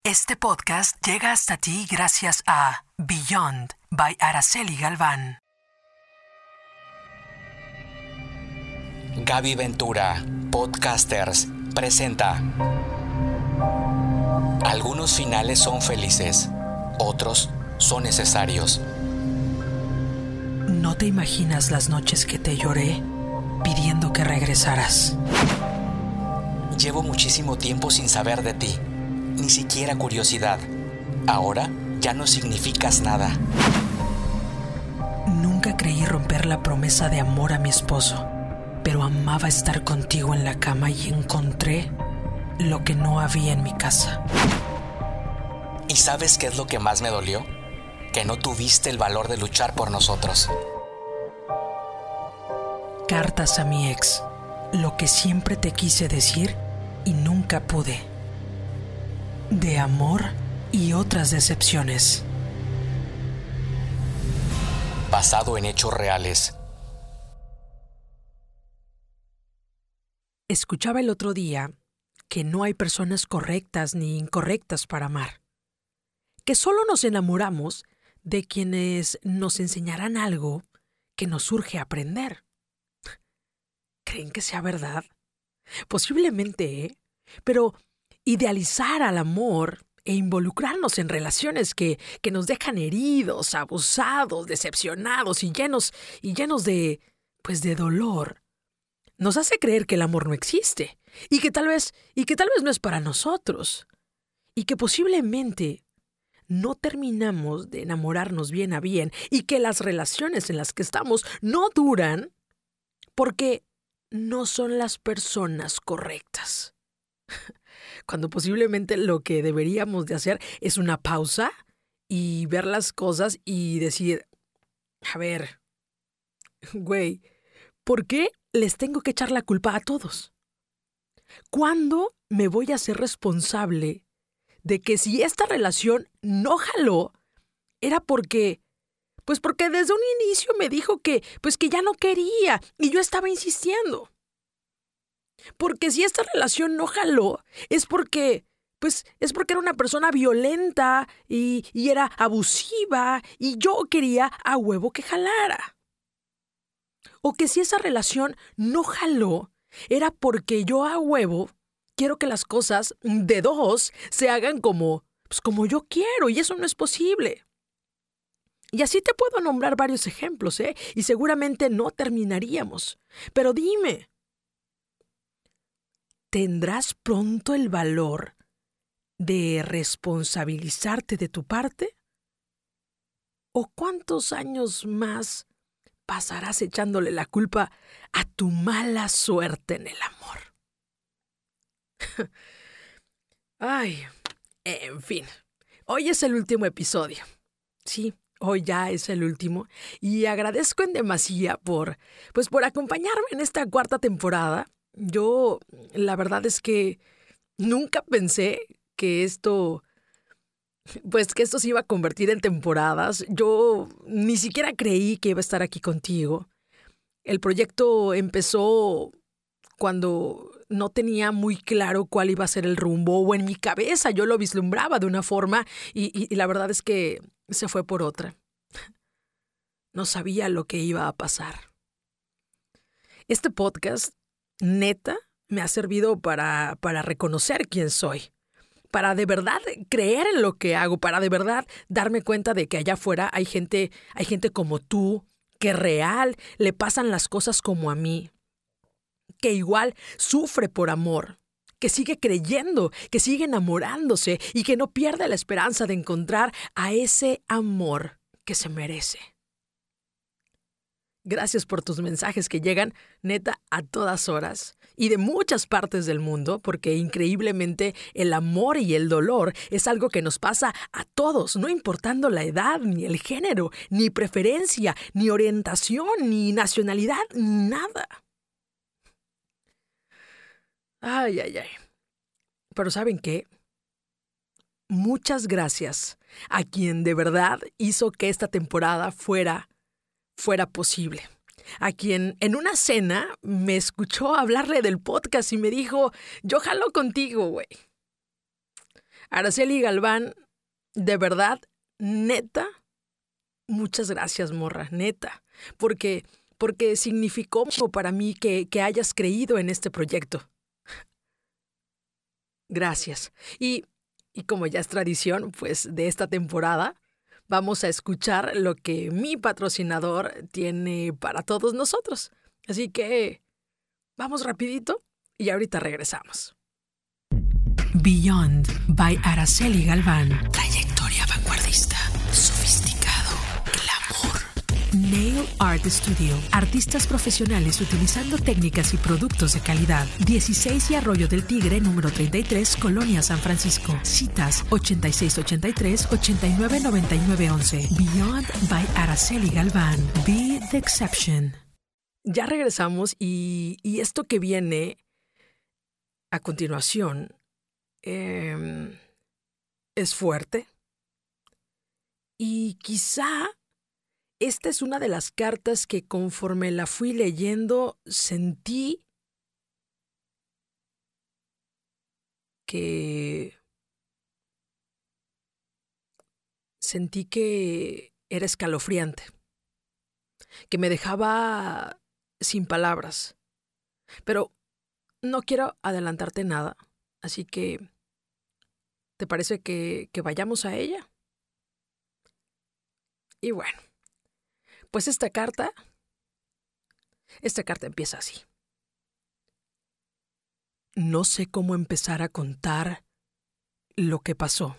Este podcast llega hasta ti gracias a Beyond by Araceli Galván. Gaby Ventura, Podcasters, presenta. Algunos finales son felices, otros son necesarios. No te imaginas las noches que te lloré pidiendo que regresaras. Llevo muchísimo tiempo sin saber de ti, ni siquiera curiosidad. Ahora ya no significas nada. Nunca creí romper la promesa de amor a mi esposo, pero amaba estar contigo en la cama y encontré lo que no había en mi casa. ¿Y sabes qué es lo que más me dolió? Que no tuviste el valor de luchar por nosotros. Cartas a mi ex, lo que siempre te quise decir y nunca pude. De amor y otras decepciones. Basado en hechos reales. Escuchaba el otro día que no hay personas correctas ni incorrectas para amar. Que solo nos enamoramos de quienes nos enseñarán algo que nos urge aprender. ¿Creen que sea verdad? Posiblemente, ¿eh? Pero idealizar al amor e involucrarnos en relaciones que nos dejan heridos, abusados, decepcionados y llenos de dolor, nos hace creer que el amor no existe y que tal vez no es para nosotros y que posiblemente no terminamos de enamorarnos bien a bien y que las relaciones en las que estamos no duran porque no son las personas correctas. Cuando posiblemente lo que deberíamos de hacer es una pausa y ver las cosas y decir, a ver, güey, ¿por qué les tengo que echar la culpa a todos? ¿Cuándo me voy a hacer responsable de que si esta relación no jaló, era porque desde un inicio me dijo que ya no quería y yo estaba insistiendo? Porque si esta relación no jaló, es porque era una persona violenta y era abusiva y yo quería a huevo que jalara. O que si esa relación no jaló, era porque yo a huevo quiero que las cosas de dos se hagan como yo quiero y eso no es posible. Y así te puedo nombrar varios ejemplos, y seguramente no terminaríamos. Pero dime, ¿tendrás pronto el valor de responsabilizarte de tu parte? ¿O cuántos años más pasarás echándole la culpa a tu mala suerte en el amor? Ay, en fin, hoy es el último episodio. Sí, hoy ya es el último y agradezco en demasía por acompañarme en esta cuarta temporada. Yo, la verdad es que nunca pensé que esto se iba a convertir en temporadas. Yo ni siquiera creí que iba a estar aquí contigo. El proyecto empezó cuando no tenía muy claro cuál iba a ser el rumbo, o en mi cabeza yo lo vislumbraba de una forma y la verdad es que se fue por otra. No sabía lo que iba a pasar. Este podcast, neta, me ha servido para reconocer quién soy, para de verdad creer en lo que hago, para de verdad darme cuenta de que allá afuera hay gente como tú, que real le pasan las cosas como a mí, que igual sufre por amor, que sigue creyendo, que sigue enamorándose y que no pierde la esperanza de encontrar a ese amor que se merece. Gracias por tus mensajes que llegan, neta, a todas horas y de muchas partes del mundo, porque increíblemente el amor y el dolor es algo que nos pasa a todos, no importando la edad, ni el género, ni preferencia, ni orientación, ni nacionalidad, ni nada. Ay. Pero ¿saben qué? Muchas gracias a quien de verdad hizo que esta temporada fuera posible. A quien en una cena me escuchó hablarle del podcast y me dijo, yo jalo contigo, güey. Araceli Galván, de verdad, neta, muchas gracias, morra, neta, porque significó mucho para mí que hayas creído en este proyecto. Gracias. Y como ya es tradición, pues de esta temporada, vamos a escuchar lo que mi patrocinador tiene para todos nosotros. Así que vamos rapidito y ahorita regresamos. Beyond by Araceli Galván. Trayectoria vanguardista, sofisticado, glamour. Nail Art Studio. Artistas profesionales utilizando técnicas y productos de calidad. 16 y Arroyo del Tigre, número 33, Colonia San Francisco. Citas 8683-899911. Beyond by Araceli Galván. Be the exception. Ya regresamos y esto que viene a continuación es fuerte. Y quizá esta es una de las cartas que conforme la fui leyendo sentí que era escalofriante, que me dejaba sin palabras. Pero no quiero adelantarte nada, así que ¿te parece que vayamos a ella? Y bueno, pues esta carta empieza así. No sé cómo empezar a contar lo que pasó.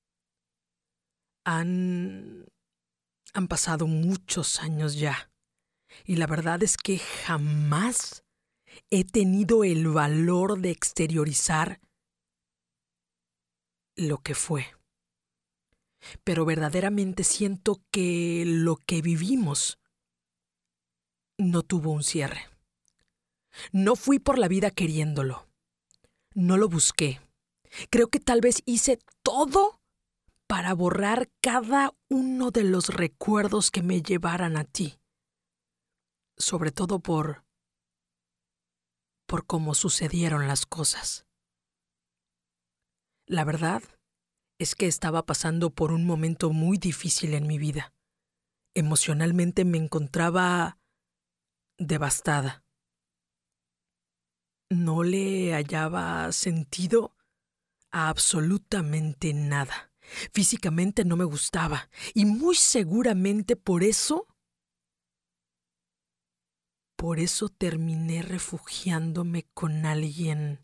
Han pasado muchos años ya, y la verdad es que jamás he tenido el valor de exteriorizar lo que fue. Pero verdaderamente siento que lo que vivimos no tuvo un cierre. No fui por la vida queriéndolo. No lo busqué. Creo que tal vez hice todo para borrar cada uno de los recuerdos que me llevaran a ti. Sobre todo por cómo sucedieron las cosas. La verdad es que estaba pasando por un momento muy difícil en mi vida. Emocionalmente me encontraba devastada. No le hallaba sentido a absolutamente nada. Físicamente no me gustaba y muy seguramente por eso terminé refugiándome con alguien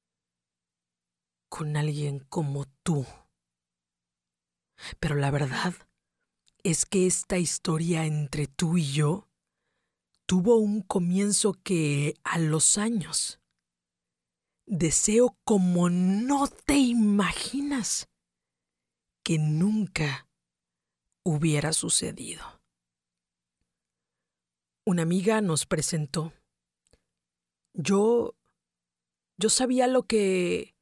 como tú. Pero la verdad es que esta historia entre tú y yo tuvo un comienzo que a los años deseo como no te imaginas que nunca hubiera sucedido. Una amiga nos presentó. Yo sabía lo que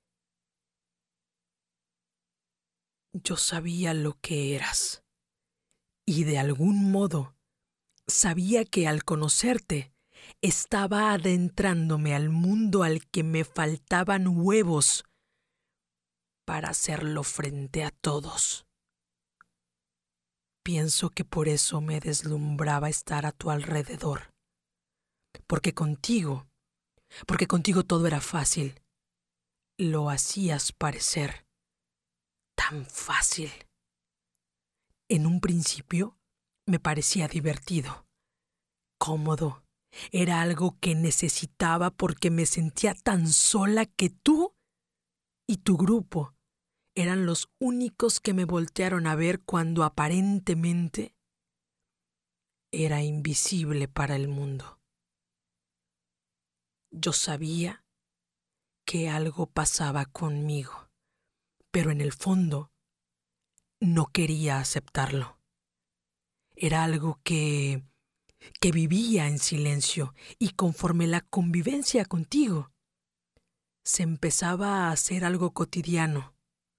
eras. Y de algún modo sabía que al conocerte estaba adentrándome al mundo al que me faltaban huevos para hacerlo frente a todos. Pienso que por eso me deslumbraba estar a tu alrededor. Porque contigo todo era fácil. Lo hacías parecer tan fácil. En un principio me parecía divertido, cómodo. Era algo que necesitaba porque me sentía tan sola que tú y tu grupo eran los únicos que me voltearon a ver cuando aparentemente era invisible para el mundo. Yo sabía que algo pasaba conmigo, pero en el fondo no quería aceptarlo. Era algo que vivía en silencio y conforme la convivencia contigo se empezaba a hacer algo cotidiano.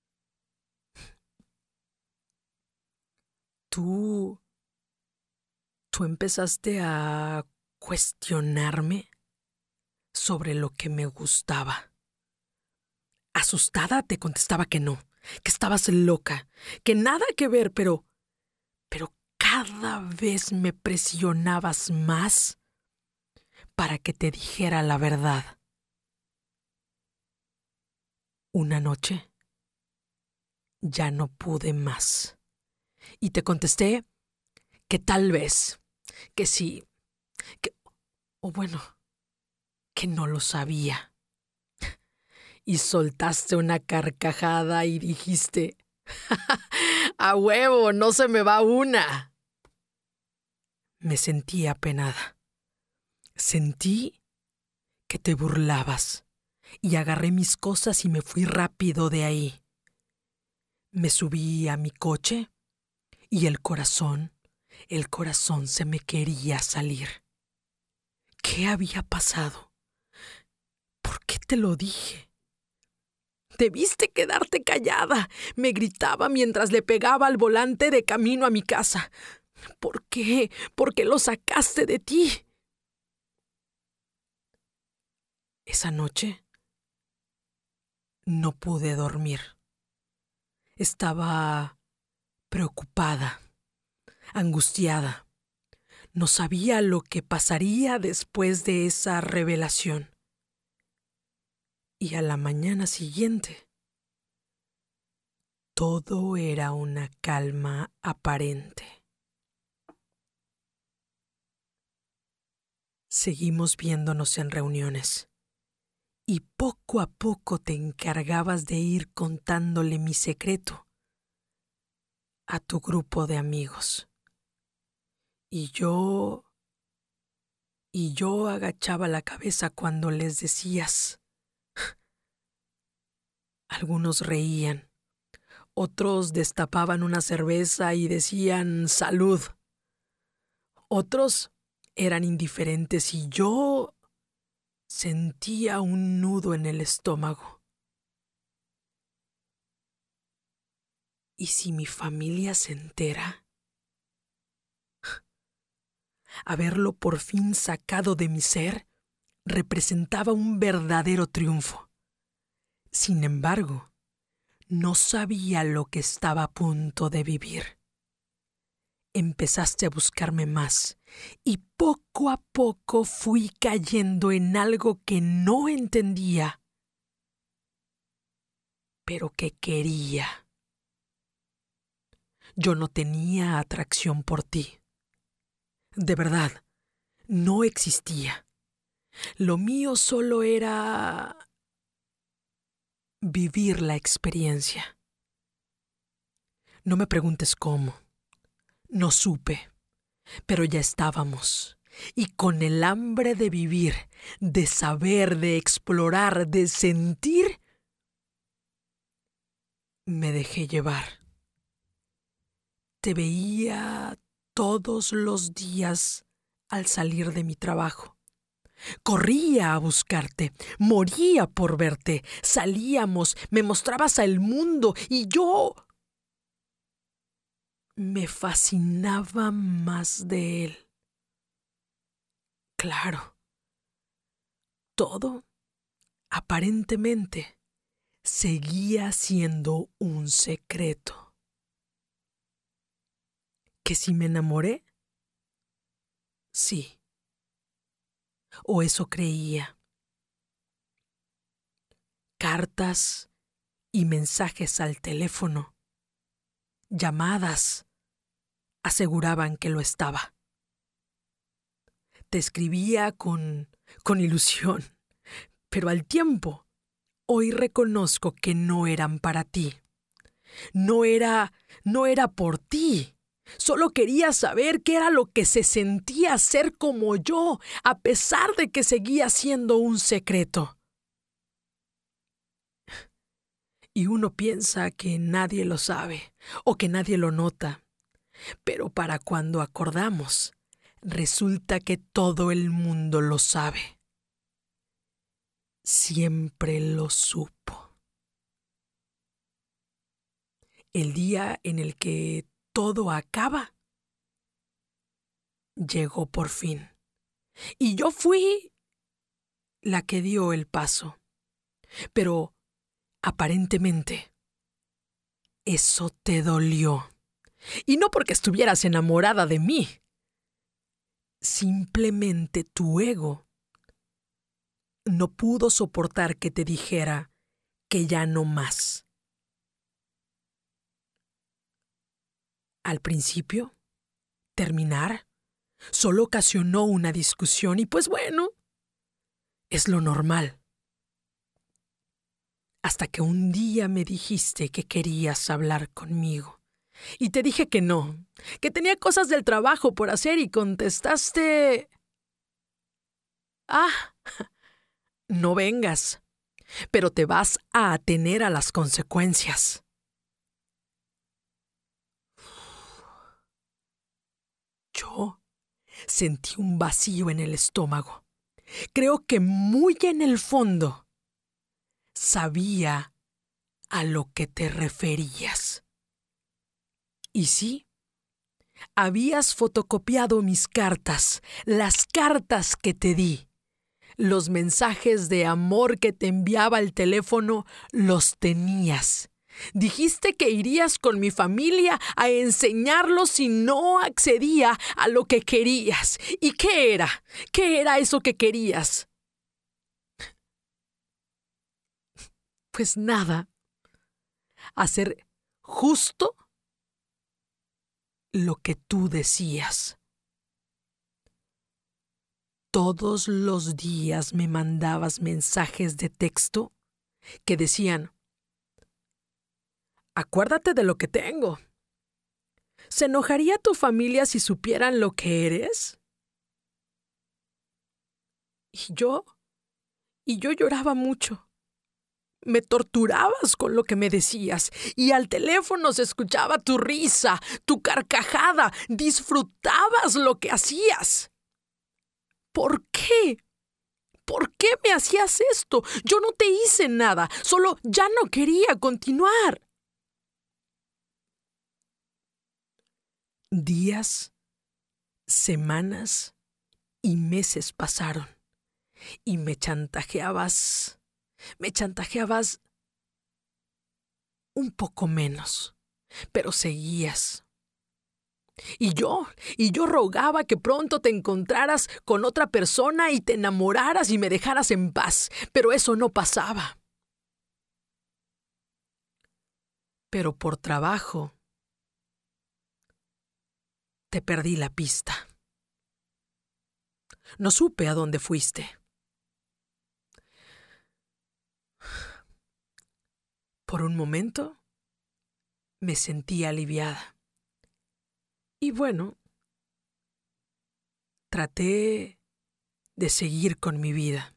Tú empezaste a cuestionarme sobre lo que me gustaba. Asustada te contestaba que no, que estabas loca, que nada que ver, pero cada vez me presionabas más para que te dijera la verdad. Una noche ya no pude más y te contesté que tal vez, que sí, o bueno, que no lo sabía. Y soltaste una carcajada y dijiste, ¡a huevo, no se me va una! Me sentí apenada. Sentí que te burlabas y agarré mis cosas y me fui rápido de ahí. Me subí a mi coche y el corazón se me quería salir. ¿Qué había pasado? ¿Por qué te lo dije? Debiste quedarte callada, me gritaba mientras le pegaba al volante de camino a mi casa. ¿Por qué? ¿Por qué lo sacaste de ti? Esa noche no pude dormir. Estaba preocupada, angustiada. No sabía lo que pasaría después de esa revelación. Y a la mañana siguiente, todo era una calma aparente. Seguimos viéndonos en reuniones. Y poco a poco te encargabas de ir contándole mi secreto a tu grupo de amigos. Y yo agachaba la cabeza cuando les decías. Algunos reían, otros destapaban una cerveza y decían salud. Otros eran indiferentes y yo sentía un nudo en el estómago. ¿Y si mi familia se entera? Haberlo por fin sacado de mi ser representaba un verdadero triunfo. Sin embargo, no sabía lo que estaba a punto de vivir. Empezaste a buscarme más y poco a poco fui cayendo en algo que no entendía, pero que quería. Yo no tenía atracción por ti. De verdad, no existía. Lo mío solo era vivir la experiencia. No me preguntes cómo. No supe, pero ya estábamos. Y con el hambre de vivir, de saber, de explorar, de sentir, me dejé llevar. Te veía todos los días al salir de mi trabajo. Corría a buscarte, moría por verte. Salíamos, me mostrabas al mundo y yo me fascinaba más de él. Claro, todo, aparentemente, seguía siendo un secreto. ¿Que si me enamoré? Sí. O eso creía. Cartas y mensajes al teléfono, llamadas, aseguraban que lo estaba. Te escribía con ilusión, pero al tiempo, hoy reconozco que no eran para ti. No era por ti. Solo quería saber qué era lo que se sentía ser como yo, a pesar de que seguía siendo un secreto. Y uno piensa que nadie lo sabe o que nadie lo nota. Pero para cuando acordamos, resulta que todo el mundo lo sabe. Siempre lo supo. El día en el que todo acaba, llegó por fin. Y yo fui la que dio el paso. Pero, aparentemente, Eso te dolió. Y no porque estuvieras enamorada de mí. Simplemente tu ego no pudo soportar que te dijera que ya no más. Al principio, terminar solo ocasionó una discusión y pues bueno, es lo normal. Hasta que un día me dijiste que querías hablar conmigo. Y te dije que no, que tenía cosas del trabajo por hacer y contestaste... no vengas, pero te vas a atener a las consecuencias. Yo sentí un vacío en el estómago. Creo que muy en el fondo sabía a lo que te referías. Y sí, habías fotocopiado mis cartas, las cartas que te di. Los mensajes de amor que te enviaba el teléfono los tenías. Dijiste que irías con mi familia a enseñarlos si no accedía a lo que querías. ¿Y qué era? ¿Qué era eso que querías? Pues nada. Hacer justo lo que tú decías. Todos los días me mandabas mensajes de texto que decían: acuérdate de lo que tengo. ¿Se enojaría tu familia si supieran lo que eres? Y yo lloraba mucho. Me torturabas con lo que me decías y al teléfono se escuchaba tu risa, tu carcajada. Disfrutabas lo que hacías. ¿Por qué? ¿Por qué me hacías esto? Yo no te hice nada, solo ya no quería continuar. Días, semanas y meses pasaron y me chantajeabas un poco menos, pero seguías. Y yo rogaba que pronto te encontraras con otra persona y te enamoraras y me dejaras en paz, pero eso no pasaba. Pero por trabajo te perdí la pista. No supe a dónde fuiste. Por un momento me sentí aliviada. Y bueno, traté de seguir con mi vida.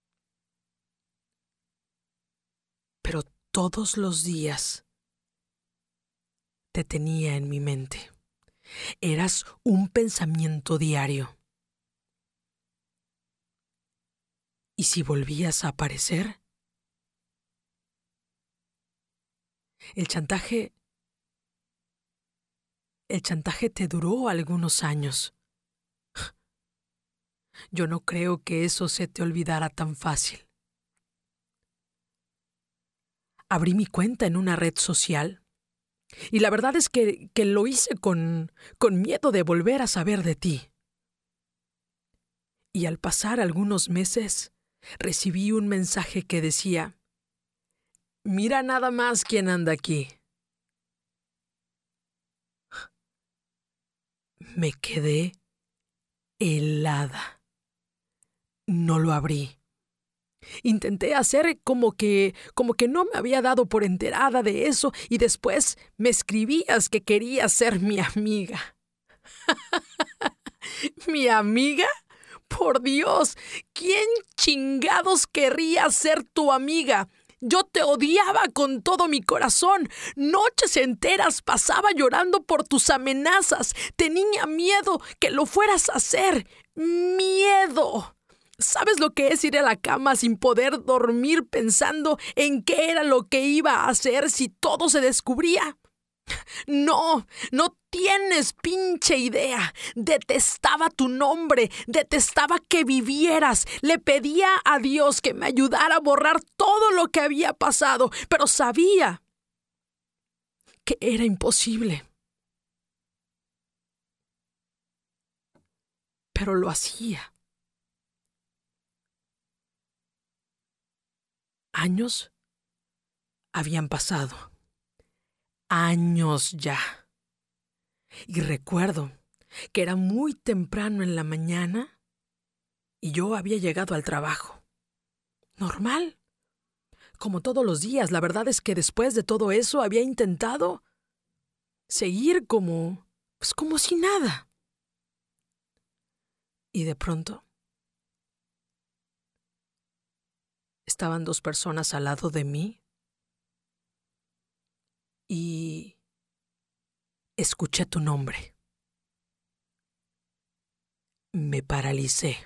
Pero todos los días te tenía en mi mente. Eras un pensamiento diario. ¿Y si volvías a aparecer? El chantaje te duró algunos años. Yo no creo que eso se te olvidara tan fácil. Abrí mi cuenta en una red social y la verdad es que lo hice con miedo de volver a saber de ti. Y al pasar algunos meses, recibí un mensaje que decía: mira nada más quién anda aquí. Me quedé helada. No lo abrí. Intenté hacer como que no me había dado por enterada de eso y después me escribías que querías ser mi amiga. ¿Mi amiga? Por Dios, ¿quién chingados querría ser tu amiga? Yo te odiaba con todo mi corazón. Noches enteras pasaba llorando por tus amenazas. Tenía miedo que lo fueras a hacer. ¡Miedo! ¿Sabes lo que es ir a la cama sin poder dormir pensando en qué era lo que iba a hacer si todo se descubría? No tienes pinche idea. Detestaba tu nombre, detestaba que vivieras. Le pedía a Dios que me ayudara a borrar todo lo que había pasado, pero sabía que era imposible. Pero lo hacía. Años habían pasado. Años ya. Y recuerdo que era muy temprano en la mañana y yo había llegado al trabajo. Normal. Como todos los días. La verdad es que después de todo eso había intentado seguir como si nada. Y de pronto estaban dos personas al lado de mí y escuché tu nombre. Me paralicé.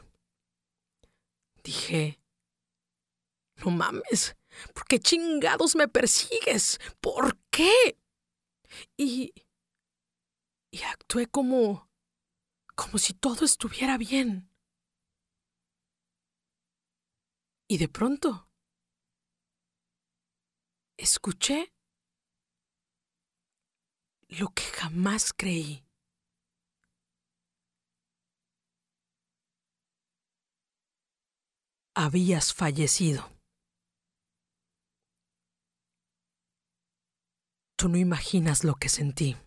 Dije, no mames, ¿por qué chingados me persigues? ¿Por qué? Y actué como si todo estuviera bien. Y de pronto escuché lo que jamás creí. Habías fallecido. Tú no imaginas lo que sentí.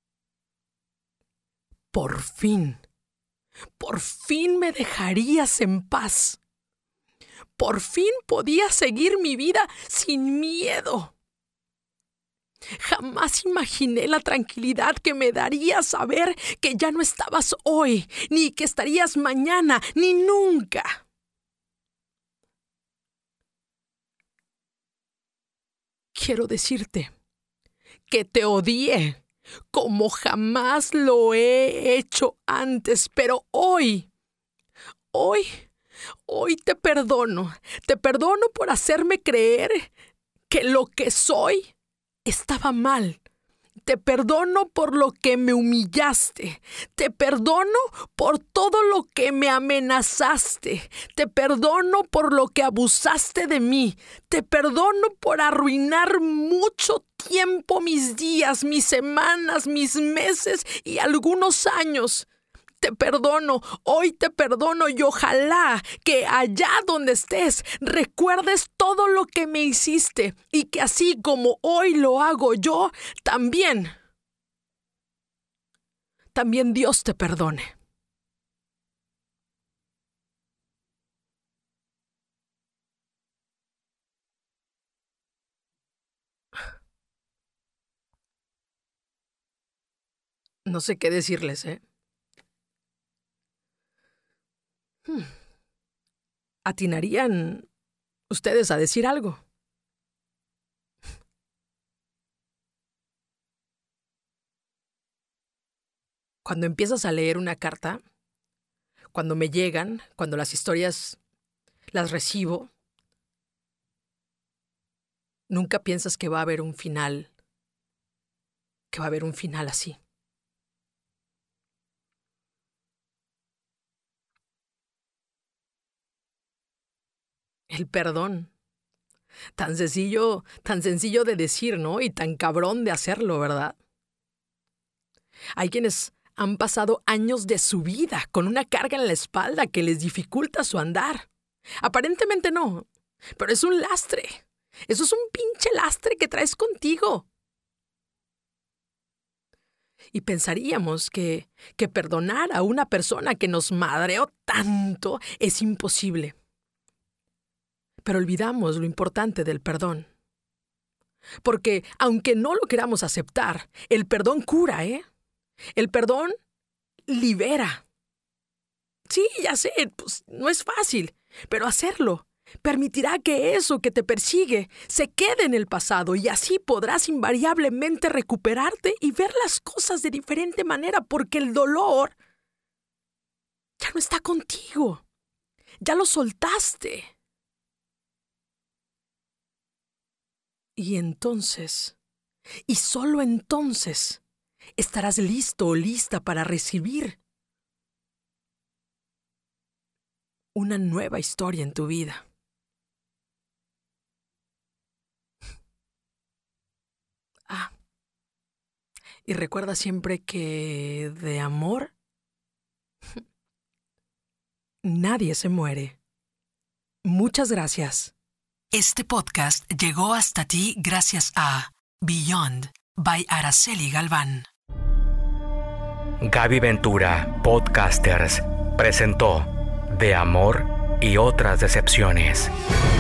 Por fin me dejarías en paz. Por fin podía seguir mi vida sin miedo. Jamás imaginé la tranquilidad que me daría saber que ya no estabas hoy, ni que estarías mañana, ni nunca. Quiero decirte que te odié como jamás lo he hecho antes, pero hoy te perdono. Te perdono por hacerme creer que lo que soy estaba mal. Te perdono por lo que me humillaste. Te perdono por todo lo que me amenazaste. Te perdono por lo que abusaste de mí. Te perdono por arruinar mucho tiempo mis días, mis semanas, mis meses y algunos años. Te perdono, hoy te perdono y ojalá que allá donde estés recuerdes todo lo que me hiciste y que así como hoy lo hago yo, también Dios te perdone. No sé qué decirles, ¿eh? ¿Atinarían ustedes a decir algo? Cuando empiezas a leer una carta, cuando me llegan, cuando las historias las recibo, nunca piensas que va a haber un final, así. El perdón. Tan sencillo de decir, ¿no? Y tan cabrón de hacerlo, ¿verdad? Hay quienes han pasado años de su vida con una carga en la espalda que les dificulta su andar. Aparentemente no, pero es un lastre. Eso es un pinche lastre que traes contigo. Y pensaríamos que perdonar a una persona que nos madreó tanto es imposible. Pero olvidamos lo importante del perdón. Porque, aunque no lo queramos aceptar, el perdón cura, ¿eh? El perdón libera. Sí, ya sé, pues no es fácil, pero hacerlo permitirá que eso que te persigue se quede en el pasado y así podrás invariablemente recuperarte y ver las cosas de diferente manera porque el dolor ya no está contigo. Ya lo soltaste. Y entonces, y solo entonces, estarás listo o lista para recibir una nueva historia en tu vida. Y recuerda siempre que de amor nadie se muere. Muchas gracias. Este podcast llegó hasta ti gracias a Beyond by Araceli Galván. Gaby Ventura, Podcasters, presentó De Amor y otras decepciones.